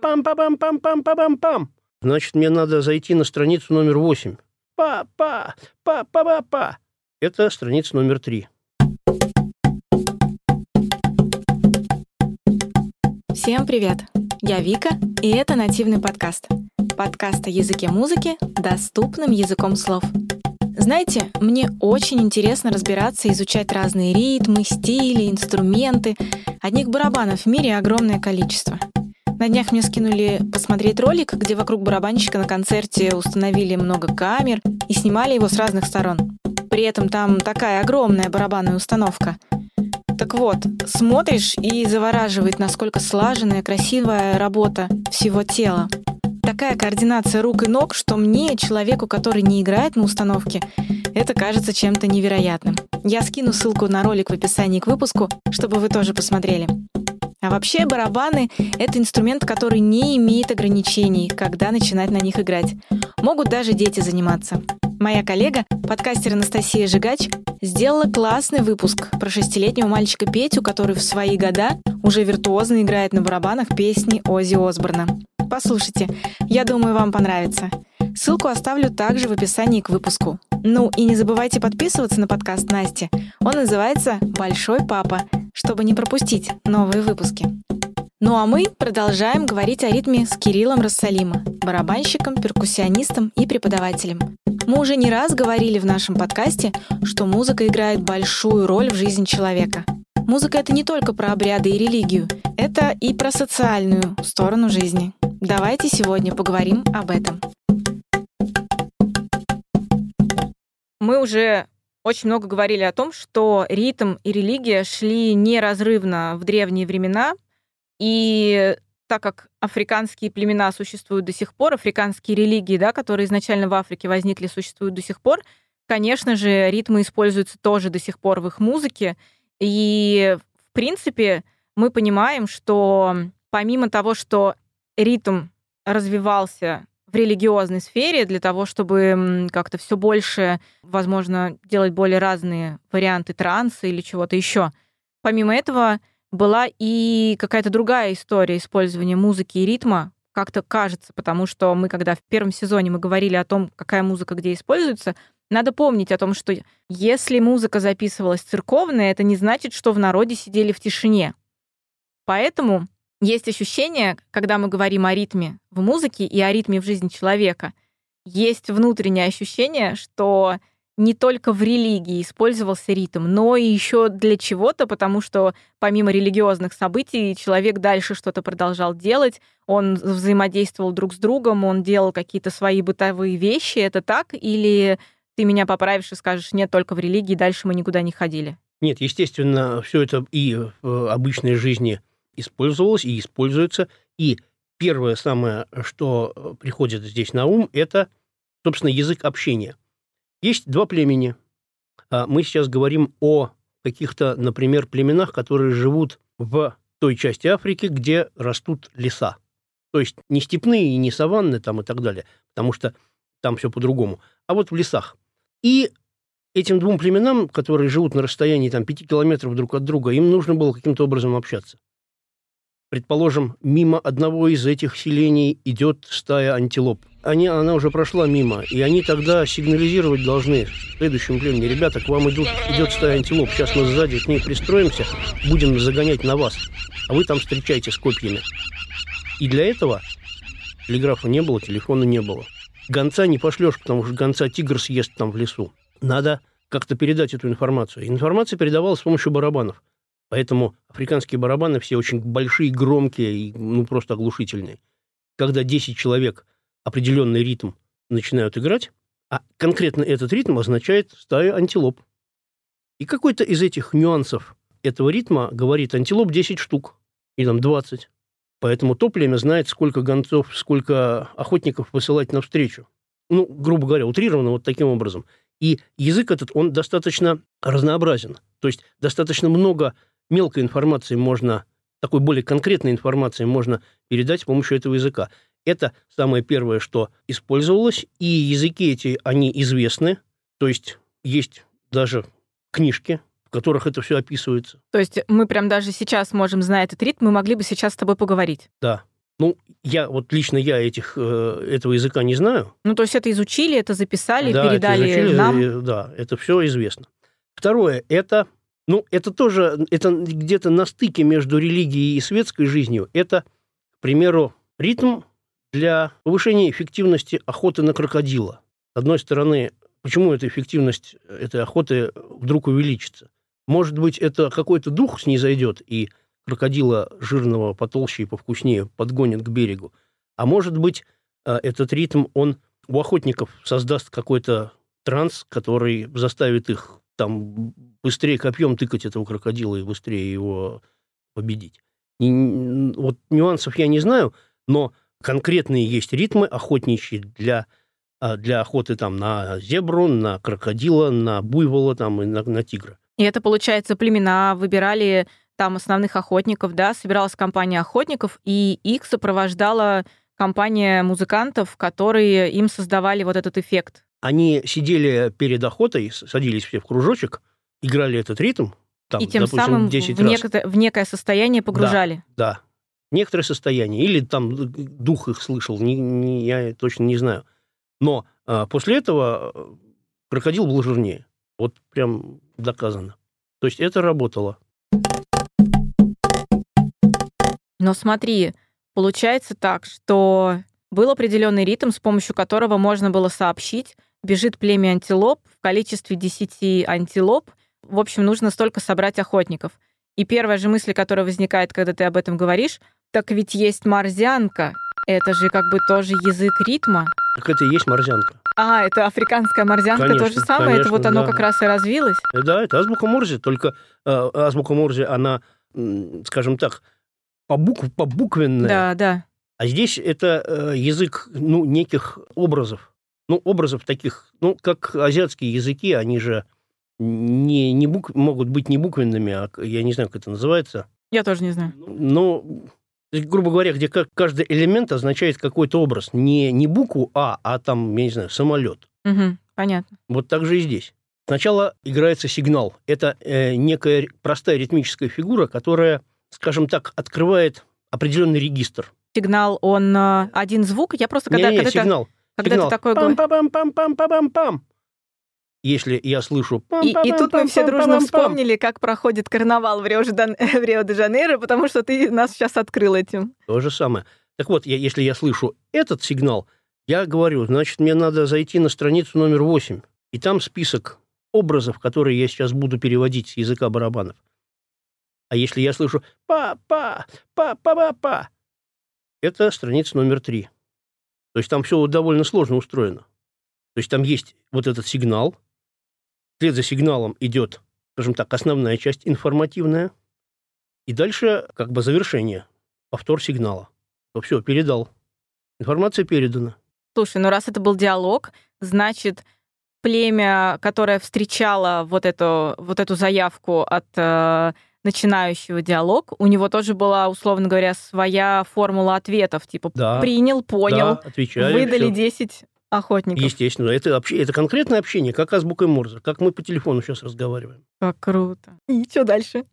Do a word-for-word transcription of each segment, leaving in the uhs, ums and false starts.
Пам-па-пам-пам-пам-пам-пам. Значит, мне надо зайти на страницу номер восемь. Па-па, па-па-па-па. Это страница номер три. Всем привет! Я Вика, и это нативный подкаст. Подкаст о языке музыки доступным языком слов. Знаете, мне очень интересно разбираться и изучать разные ритмы, стили, инструменты. Одних барабанов в мире огромное количество. На днях мне скинули посмотреть ролик, где вокруг барабанщика на концерте установили много камер и снимали его с разных сторон. При этом там такая огромная барабанная установка. Так вот, смотришь и завораживает, насколько слаженная, красивая работа всего тела. Такая координация рук и ног, что мне, человеку, который не играет на установке, это кажется чем-то невероятным. Я скину ссылку на ролик в описании к выпуску, чтобы вы тоже посмотрели. А вообще барабаны — это инструмент, который не имеет ограничений, когда начинать на них играть. Могут даже дети заниматься. Моя коллега, подкастер Анастасия Жигач, сделала классный выпуск про шестилетнего мальчика Петю, который в свои года уже виртуозно играет на барабанах песни Оззи Осборна. Послушайте, я думаю, вам понравится. Ссылку оставлю также в описании к выпуску. Ну и не забывайте подписываться на подкаст Насти. Он называется «Большой папа», чтобы не пропустить новые выпуски. Ну а мы продолжаем говорить о ритме с Кириллом Рассалима, барабанщиком, перкуссионистом и преподавателем. Мы уже не раз говорили в нашем подкасте, что музыка играет большую роль в жизни человека. Музыка — это не только про обряды и религию, это и про социальную сторону жизни. Давайте сегодня поговорим об этом. Мы уже очень много говорили о том, что ритм и религия шли неразрывно в древние времена, и так как африканские племена существуют до сих пор, африканские религии, да, которые изначально в Африке возникли, существуют до сих пор, конечно же, ритмы используются тоже до сих пор в их музыке. И, в принципе, мы понимаем, что помимо того, что ритм развивался в религиозной сфере для того, чтобы как-то все больше, возможно, делать более разные варианты транса или чего-то еще, помимо этого была и какая-то другая история использования музыки и ритма, как-то кажется, потому что мы, когда в первом сезоне мы говорили о том, какая музыка где используется, надо помнить о том, что если музыка записывалась церковная, это не значит, что в народе сидели в тишине. Поэтому есть ощущение, когда мы говорим о ритме в музыке и о ритме в жизни человека, есть внутреннее ощущение, что не только в религии использовался ритм, но и еще для чего-то, потому что помимо религиозных событий человек дальше что-то продолжал делать, он взаимодействовал друг с другом, он делал какие-то свои бытовые вещи. Это так? Или ты меня поправишь и скажешь, нет, только в религии, дальше мы никуда не ходили? Нет, естественно, все это и в обычной жизни использовалось и используется. И первое самое, что приходит здесь на ум, это, собственно, язык общения. Есть два племени. Мы сейчас говорим о каких-то, например, племенах, которые живут в той части Африки, где растут леса. То есть не степные и не саванны там и так далее, потому что там все по-другому, а вот в лесах. И этим двум племенам, которые живут на расстоянии там, пяти километров друг от друга, им нужно было каким-то образом общаться. Предположим, мимо одного из этих селений идет стая антилоп. Они, она уже прошла мимо, и они тогда сигнализировать должны следующему племени: ребята, к вам идут, идет стая антилоп, сейчас мы сзади к ней пристроимся, будем загонять на вас, а вы там встречайте с копьями. И для этого телеграфа не было, телефона не было. Гонца не пошлешь, потому что гонца тигр съест там в лесу. Надо как-то передать эту информацию. Информация передавалась с помощью барабанов. Поэтому африканские барабаны все очень большие, громкие и ну, просто оглушительные. Когда десять человек определенный ритм начинают играть, а конкретно этот ритм означает стаю антилоп. И какой-то из этих нюансов этого ритма говорит антилоп десять штук, и там двадцать. Поэтому то племя знает, сколько гонцов, сколько охотников посылать навстречу. Ну, грубо говоря, утрированно вот таким образом. И язык этот, он достаточно разнообразен. То есть достаточно много мелкой информации можно, такой более конкретной информации можно передать с помощью этого языка. Это самое первое, что использовалось, и языки эти, они известны, то есть есть даже книжки, в которых это все описывается. То есть мы прям даже сейчас можем, зная этот ритм, мы могли бы сейчас с тобой поговорить? Да. Ну, я вот лично я этих, этого языка не знаю. Ну, то есть это изучили, это записали, да, передали это изучили, нам? Да, это все известно. Второе, это, ну, это тоже, это где-то на стыке между религией и светской жизнью. Это, к примеру, ритм для повышения эффективности охоты на крокодила. С одной стороны, почему эта эффективность этой охоты вдруг увеличится? Может быть, это какой-то дух снизойдет, и крокодила жирного, потолще и повкуснее подгонит к берегу. А может быть, этот ритм, он у охотников создаст какой-то транс, который заставит их там быстрее копьем тыкать этого крокодила и быстрее его победить. И, вот нюансов я не знаю, но конкретные есть ритмы охотничьи для, для охоты там, на зебру, на крокодила, на буйвола там, и на, на тигра. И это, получается, племена выбирали там основных охотников, да, собиралась компания охотников, и их сопровождала компания музыкантов, которые им создавали вот этот эффект. Они сидели перед охотой, садились все в кружочек, играли этот ритм, там, и тем допустим, самым десять в, раз. Неко- в некое состояние погружали. Да, да, некоторое состояние. Или там дух их слышал, не, не, я точно не знаю. Но а, после этого крокодил был жирнее. Вот прям доказано. То есть это работало. Но смотри, получается так, что был определенный ритм, с помощью которого можно было сообщить, бежит племя антилоп в количестве десяти антилоп. В общем, нужно столько собрать охотников. И первая же мысль, которая возникает, когда ты об этом говоришь, так ведь есть морзянка. Это же как бы тоже язык ритма. Так это и есть морзянка. А, это африканская морзянка, конечно, то же самое? конечно, это вот оно да. как раз и развилось? Да, это азбука Морзе, только э, азбука Морзе, она, скажем так, побукв, побуквенная. Да, да. А здесь это э, язык, ну, неких образов. Ну, образов таких, ну, как азиатские языки, они же не, не бук... могут быть не буквенными, а я не знаю, как это называется. Я тоже не знаю. Но, грубо говоря, где каждый элемент означает какой-то образ. Не, не букву А, а там, я не знаю, самолет. Угу, понятно. Вот так же и здесь. Сначала играется сигнал. Это э, некая простая ритмическая фигура, которая, скажем так, открывает определенный регистр. Сигнал, он э, один звук? Я просто когда... Не, не, когда сигнал. Когда сигнал. ты такой говоришь... Пам-пам-пам-пам-пам-пам-пам. Если я слышу... И, и тут мы все дружно вспомнили, как проходит карнавал в Рио-де-Жанейро, потому что ты нас сейчас открыл этим. То же самое. Так вот, я, если я слышу этот сигнал, я говорю, значит, мне надо зайти на страницу номер восемь. И там список образов, которые я сейчас буду переводить с языка барабанов. А если я слышу па-па, па-па-па-па, это страница номер три. То есть там все довольно сложно устроено. То есть там есть вот этот сигнал, вслед за сигналом идет, скажем так, основная часть информативная, и дальше как бы завершение, повтор сигнала. То все, передал. Информация передана. Слушай, ну раз это был диалог, значит, племя, которое встречало вот эту, вот эту заявку от э, начинающего диалог, у него тоже была, условно говоря, своя формула ответов. Типа Да, принял, понял, да, отвечали, выдали всё. десять охотников. Естественно, это, обще- это конкретное общение, как азбукой Морзе, как мы по телефону сейчас разговариваем. Как круто. И что дальше?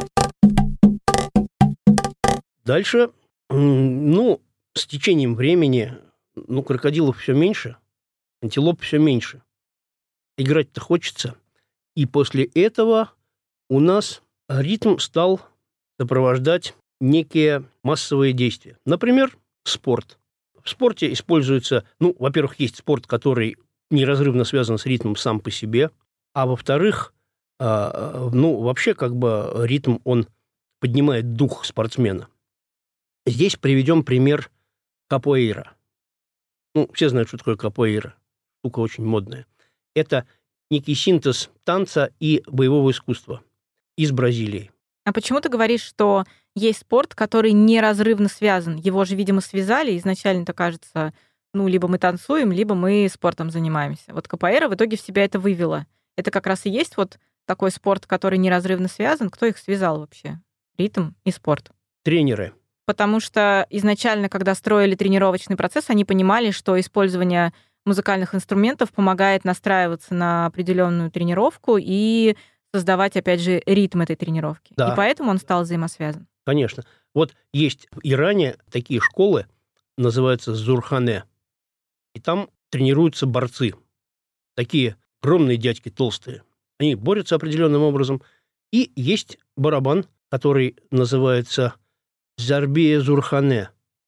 Дальше, ну, с течением времени, ну, крокодилов все меньше, антилоп все меньше. Играть-то хочется. И после этого у нас ритм стал сопровождать некие массовые действия. Например, спорт. В спорте используется, ну, во-первых, есть спорт, который неразрывно связан с ритмом сам по себе, а во-вторых, э, ну, вообще, как бы ритм, он поднимает дух спортсмена. Здесь приведем пример капоэйра. Ну, все знают, что такое капоэйра. Штука очень модная. Это некий синтез танца и боевого искусства из Бразилии. А почему ты говоришь, что есть спорт, который неразрывно связан? Его же, видимо, связали. Изначально-то кажется, ну, либо мы танцуем, либо мы спортом занимаемся. Вот капоэйра в итоге в себя это вывела. Это как раз и есть вот такой спорт, который неразрывно связан. Кто их связал вообще? Ритм и спорт. Тренеры. Потому что изначально, когда строили тренировочный процесс, они понимали, что использование музыкальных инструментов помогает настраиваться на определенную тренировку и создавать, опять же, ритм этой тренировки. Да. И поэтому он стал взаимосвязан. Конечно. Вот есть в Иране такие школы, называются зурхане, и там тренируются борцы. Такие огромные дядьки, толстые. Они борются определенным образом. И есть барабан, который называется зарбия зурхане.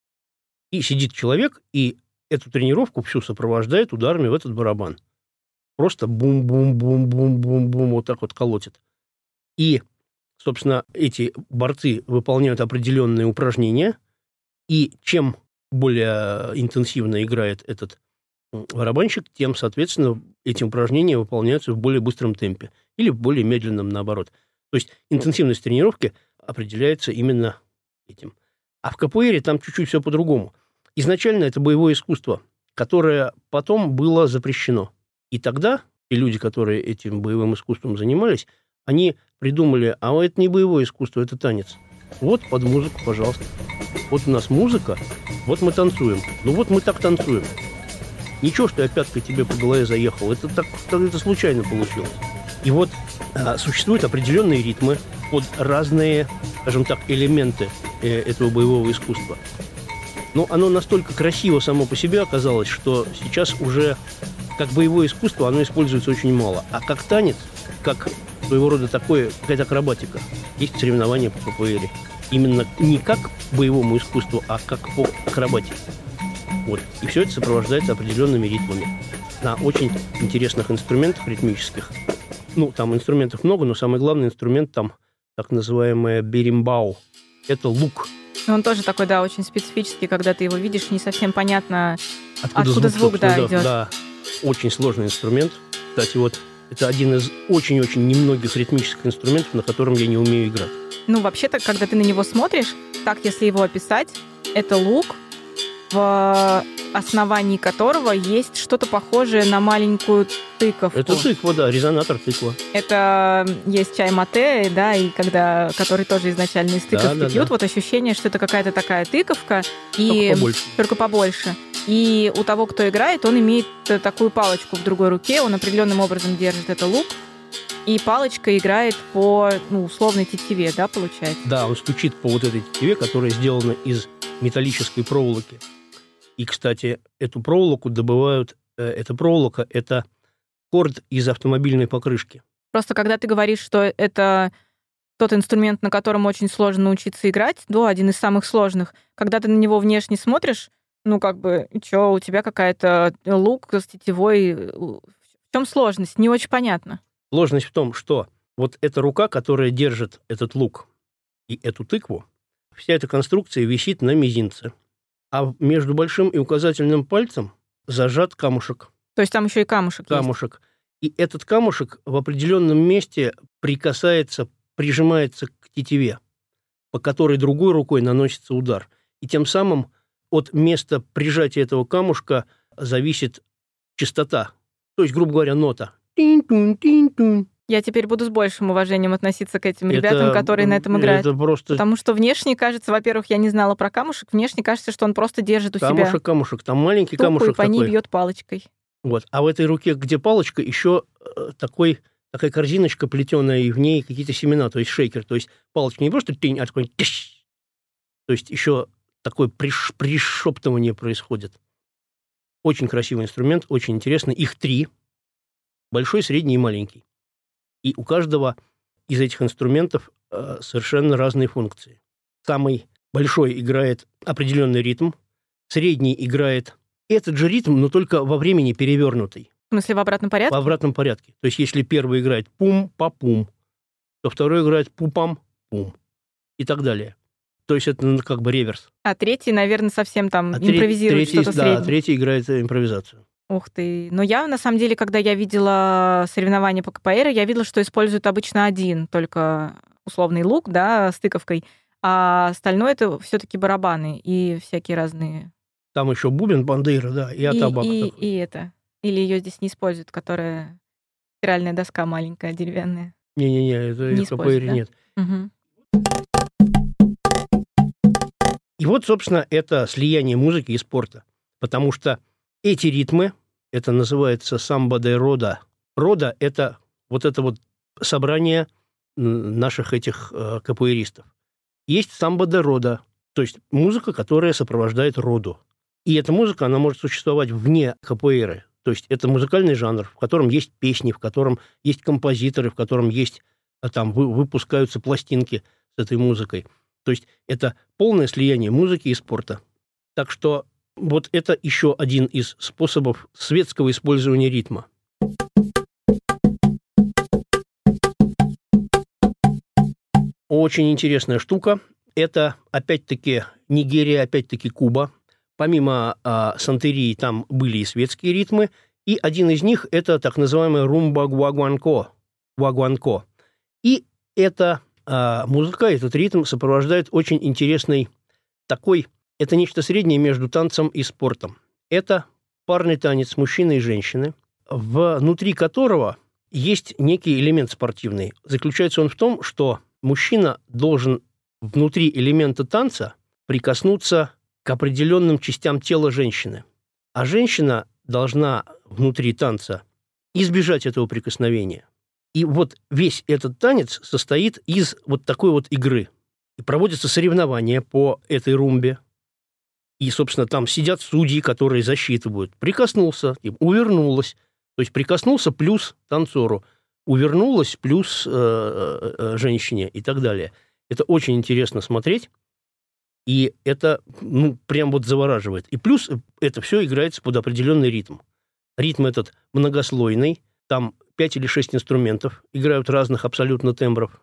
И сидит человек, и эту тренировку всю сопровождает ударами в этот барабан. Просто бум-бум-бум-бум-бум-бум вот так вот колотит. И, собственно, эти борцы выполняют определенные упражнения, и чем более интенсивно играет этот барабанщик, тем, соответственно, эти упражнения выполняются в более быстром темпе или в более медленном, наоборот. То есть интенсивность тренировки определяется именно этим. А в капоэйре там чуть-чуть все по-другому. Изначально это боевое искусство, которое потом было запрещено. И тогда и люди, которые этим боевым искусством занимались, они придумали, а это не боевое искусство, это танец. Вот под музыку, пожалуйста. Вот у нас музыка, вот мы танцуем. Ну вот мы так танцуем. Ничего, что я пяткой тебе по голове заехал. Это так, это случайно получилось. И вот а, существуют определенные ритмы под разные, скажем так, элементы э, этого боевого искусства. Но оно настолько красиво само по себе оказалось, что сейчас уже как боевое искусство оно используется очень мало. А как танец, как своего рода такое, какая-то акробатика, есть соревнования по капоэйре. Именно не как боевому искусству, а как по акробатике. Вот. И все это сопровождается определенными ритмами на очень интересных инструментах ритмических. Ну, там инструментов много, но самый главный инструмент там так называемая беримбау. Это лук. Он тоже такой, да, очень специфический, когда ты его видишь, не совсем понятно, откуда, откуда звук, звук да, да, идет. Да, очень сложный инструмент. Кстати, вот это один из очень-очень немногих ритмических инструментов, на котором я не умею играть. Ну, вообще-то, когда ты на него смотришь, так, если его описать, это лук, в основании которого есть что-то похожее на маленькую тыковку. Это тыква, да, резонатор тыква. Это есть чай мате, да, и когда, который тоже изначально из тыковки да, да, пьют, да. вот ощущение, что это какая-то такая тыковка, и Только побольше. только побольше. И у того, кто играет, он имеет такую палочку в другой руке, он определенным образом держит это лук, и палочка играет по, ну, условной тетиве, да, получается? Да, он стучит по вот этой тетиве, которая сделана из металлической проволоки. И, кстати, эту проволоку добывают... Э, эта проволока – это корд из автомобильной покрышки. Просто когда ты говоришь, что это тот инструмент, на котором очень сложно научиться играть, да, один из самых сложных, когда ты на него внешне смотришь, ну, как бы, что, у тебя какая-то лук с тетивой... В чем сложность? Не очень понятно. Сложность в том, что вот эта рука, которая держит этот лук и эту тыкву, вся эта конструкция висит на мизинце. А между большим и указательным пальцем зажат камушек. То есть там еще и камушек, камушек. Есть. И этот камушек в определенном месте прикасается, прижимается к тетиве, по которой другой рукой наносится удар. И тем самым от места прижатия этого камушка зависит частота. То есть, грубо говоря, нота. Тин-тун-тин-тун. Я теперь буду с большим уважением относиться к этим ребятам, это, которые на этом играют. Это просто... Потому что внешне кажется, во-первых, я не знала про камушек, внешне кажется, что он просто держит у камушек, себя... Камушек, там маленький туку, камушек и по такой. ней бьет палочкой. Вот. А в этой руке, где палочка, еще такой, такая корзиночка плетеная, и в ней какие-то семена, то есть шейкер. То есть палочка не просто тень, а такой... Тыщ! То есть еще такое приш... пришептывание происходит. Очень красивый инструмент, очень интересный. Их три. Большой, средний и маленький. И у каждого из этих инструментов э, совершенно разные функции. Самый большой играет определенный ритм, средний играет этот же ритм, но только во времени перевернутый. В смысле, в обратном порядке? В обратном порядке. То есть, если первый играет пум-па-пум, то второй играет пу-пам-пум и так далее. То есть, это ну, как бы реверс. А третий, наверное, совсем там а импровизирует третий, что-то да, среднее. Да, третий играет импровизацию. Ух ты. Но я, на самом деле, когда я видела соревнования по капоэйре, я видела, что используют обычно один, только условный лук, да, с тыковкой, а остальное это все-таки барабаны и всякие разные. Там еще бубен, бандейра, да, и атабак. И, и, и это. Или ее здесь не используют, которая стиральная доска маленькая, деревянная. Не-не-не, это не в капоэйре да? нет. Угу. И вот, собственно, это слияние музыки и спорта. Потому что эти ритмы, это называется самбо де рода. Рода – это вот это вот собрание наших этих э, капоэристов. есть самбо де рода, то есть музыка, которая сопровождает роду. И эта музыка, она может существовать вне капоэйры. То есть это музыкальный жанр, в котором есть песни, в котором есть композиторы, в котором есть, там, выпускаются пластинки с этой музыкой. То есть это полное слияние музыки и спорта. Так что вот это еще один из способов светского использования ритма. Очень интересная штука. Это, опять-таки, Нигерия, опять-таки, Куба. Помимо э, сантерии там были и светские ритмы, и один из них – это так называемый румба-гуагуанко. Гуагуанко. И эта э, музыка, этот ритм сопровождает очень интересный такой, это нечто среднее между танцем и спортом. Это парный танец мужчины и женщины, внутри которого есть некий элемент спортивный. Заключается он в том, что мужчина должен внутри элемента танца прикоснуться к определенным частям тела женщины. А женщина должна внутри танца избежать этого прикосновения. И вот весь этот танец состоит из вот такой вот игры. И проводятся соревнования по этой румбе. И, собственно, там сидят судьи, которые засчитывают. Прикоснулся, увернулась. То есть прикоснулся плюс танцору. Увернулась плюс э, э, женщине и так далее. Это очень интересно смотреть. И это, ну, прям вот завораживает. И плюс это все играется под определенный ритм. Ритм этот многослойный. Там пять или шесть инструментов. Играют разных абсолютно тембров.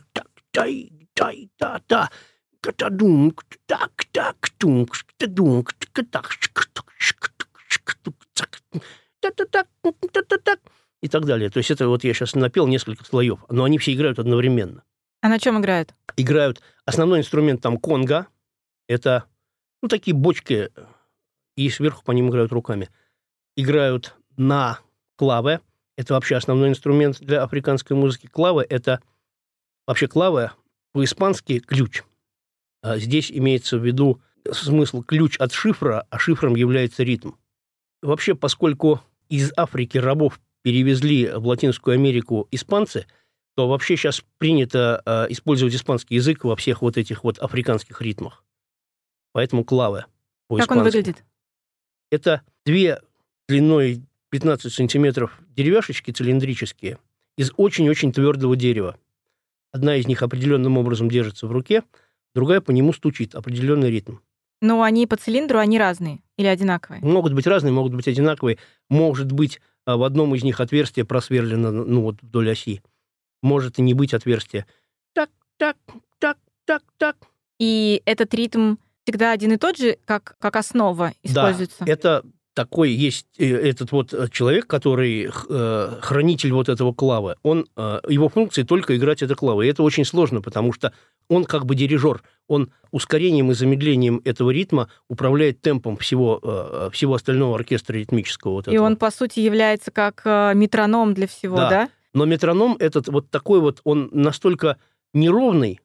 И так далее. То есть это вот я сейчас напел несколько слоев, но они все играют одновременно. А на чем играют? Играют. Основной инструмент там конга. Это, ну, такие бочки, и сверху по ним играют руками. Играют на клаве. Это вообще основной инструмент для африканской музыки. Клаве – это вообще клаве по-испански ключ. А здесь имеется в виду смысл ключ от шифра, а шифром является ритм. Вообще, поскольку из Африки рабов перевезли в Латинскую Америку испанцы, то вообще сейчас принято э, использовать испанский язык во всех вот этих вот африканских ритмах. Поэтому клаве по-испански. Как он выглядит? Это две длиной пятнадцать сантиметров деревяшечки цилиндрические из очень-очень твердого дерева. Одна из них определенным образом держится в руке, другая по нему стучит, определенный ритм. Но они по цилиндру, они разные или одинаковые? Могут быть разные, могут быть одинаковые. Может быть, в одном из них отверстие просверлено, ну, вот вдоль оси. Может и не быть отверстия. Так, так, так, так, так. И этот ритм всегда один и тот же, как, как основа используется? Да, это такой есть этот вот человек, который э, хранитель вот этого клавы. Он, э, его функции только играть это клавы. И это очень сложно, потому что он как бы дирижер. Он ускорением и замедлением этого ритма управляет темпом всего, э, всего остального оркестра ритмического. Вот и он, по сути, является как э, метроном для всего, да? да? Но метроном этот вот такой вот, он настолько неровный.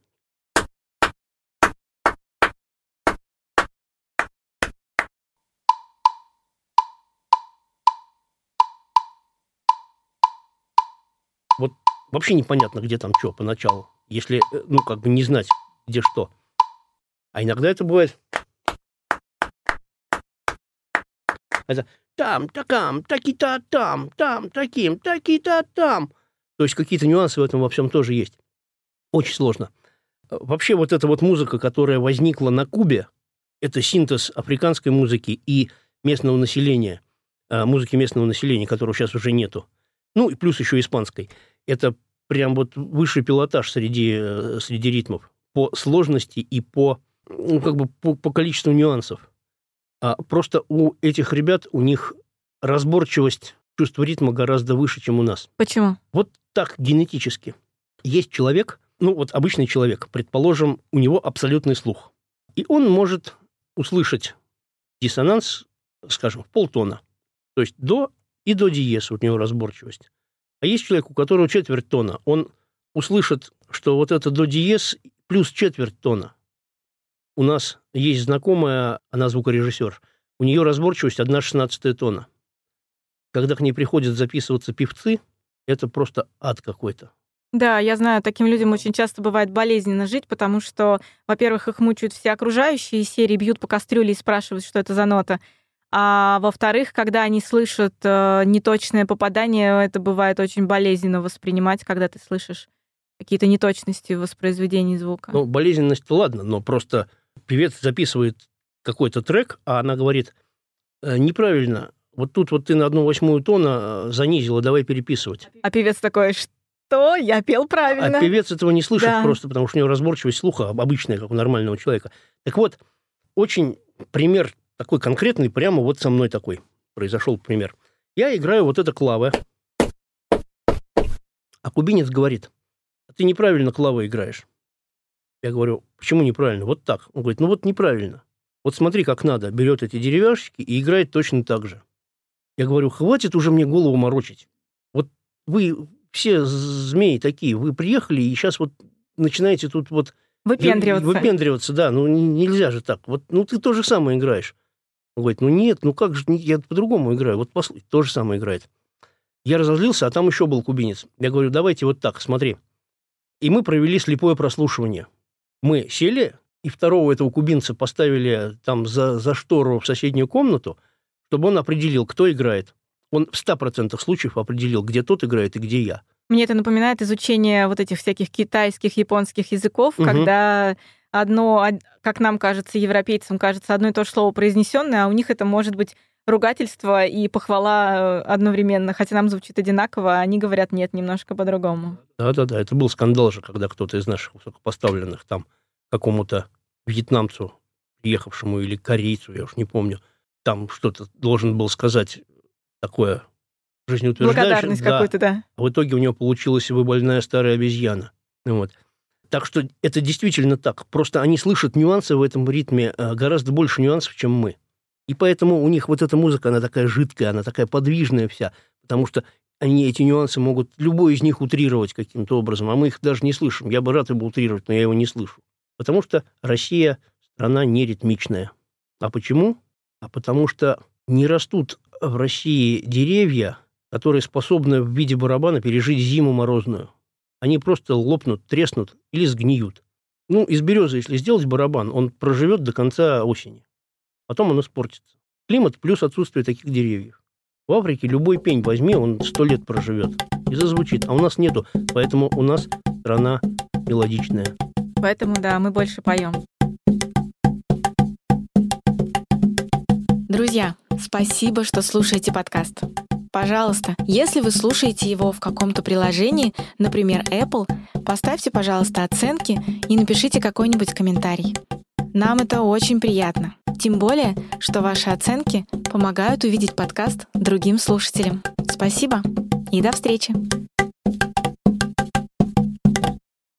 Вот вообще непонятно, где там что поначалу, если, ну, как бы не знать, где что. А иногда это бывает... Это там, такам, таки-та, там, там, таким, таки-та, там. То есть какие-то нюансы в этом во всем тоже есть. Очень сложно. Вообще вот эта вот музыка, которая возникла на Кубе, это синтез африканской музыки и местного населения, музыки местного населения, которого сейчас уже нету. Ну, и плюс еще испанской. Это прям вот высший пилотаж среди, среди ритмов по сложности и по, ну, как бы по, по количеству нюансов. А просто у этих ребят, у них разборчивость чувства ритма гораздо выше, чем у нас. Почему? Вот так генетически. Есть человек, ну вот обычный человек, предположим, у него абсолютный слух. И он может услышать диссонанс, скажем, в полтона. То есть до и до диез у него разборчивость. А есть человек, у которого четверть тона. Он услышит, что вот это до диез плюс четверть тона. У нас есть знакомая, она звукорежиссер, у нее разборчивость одна шестнадцатая тона. Когда к ней приходят записываться певцы, это просто ад какой-то. Да, я знаю, таким людям очень часто бывает болезненно жить, потому что, во-первых, их мучают все окружающие, из серии бьют по кастрюле и спрашивают, что это за нота. А во-вторых, когда они слышат э, неточное попадание, это бывает очень болезненно воспринимать, когда ты слышишь какие-то неточности в воспроизведении звука. Ну, болезненность, ладно, но просто певец записывает какой-то трек, а она говорит, э, неправильно, вот тут вот ты на одну восьмую тона занизила, давай переписывать. А певец такой, что? Я пел правильно. А певец этого не слышит Да. просто, потому что у него разборчивость слуха обычная, как у нормального человека. Так вот, очень пример такой конкретный, прямо вот со мной такой произошел пример. Я играю вот это клавы, а кубинец говорит, ты неправильно клавы играешь. Я говорю, почему неправильно? Вот так. Он говорит, ну вот неправильно. Вот смотри, как надо. Берет эти деревяшки и играет точно так же. Я говорю, хватит уже мне голову морочить. Вот вы все змеи такие, вы приехали и сейчас вот начинаете тут вот... Выпендриваться. Выпендриваться, да. Ну нельзя же так. Вот, ну ты то же самое играешь. Он говорит, ну нет, ну как же, я по-другому играю. Вот послушай, то же самое играет. Я разозлился, а там еще был кубинец. Я говорю, давайте вот так, смотри. И мы провели слепое прослушивание. Мы сели, и второго этого кубинца поставили там за, за штору в соседнюю комнату, чтобы он определил, кто играет. Он в ста процентах случаев определил, где тот играет и где я. Мне это напоминает изучение вот этих всяких китайских, японских языков, угу. Когда одно, как нам кажется, европейцам кажется, одно и то же слово произнесенное, а у них это может быть ругательство и похвала одновременно, хотя нам звучит одинаково, а они говорят нет, немножко по-другому. Да-да-да, это был скандал же, когда кто-то из наших высокопоставленных там какому-то вьетнамцу, приехавшему, или корейцу, я уж не помню, там что-то должен был сказать такое жизнеутверждающее. Благодарность да. какую-то, да. А в итоге у него получилась «Вы больная старая обезьяна». Вот. Так что это действительно так. Просто они слышат нюансы в этом ритме, гораздо больше нюансов, чем мы. И поэтому у них вот эта музыка, она такая жидкая, она такая подвижная вся, потому что они эти нюансы могут, любой из них утрировать каким-то образом, а мы их даже не слышим. Я бы рад его утрировать, но я его не слышу. Потому что Россия страна неритмичная. А почему? А потому что не растут в России деревья, которые способны в виде барабана пережить зиму морозную. Они просто лопнут, треснут или сгниют. Ну, из березы, если сделать барабан, он проживет до конца осени. Потом он испортится. Климат плюс отсутствие таких деревьев. В Африке любой пень возьми, он сто лет проживет и зазвучит. А у нас нету, поэтому у нас страна мелодичная. Поэтому, да, мы больше поем. Друзья, спасибо, что слушаете подкаст. Пожалуйста, если вы слушаете его в каком-то приложении, например, Apple, поставьте, пожалуйста, оценки и напишите какой-нибудь комментарий. Нам это очень приятно. Тем более, что ваши оценки помогают увидеть подкаст другим слушателям. Спасибо и до встречи!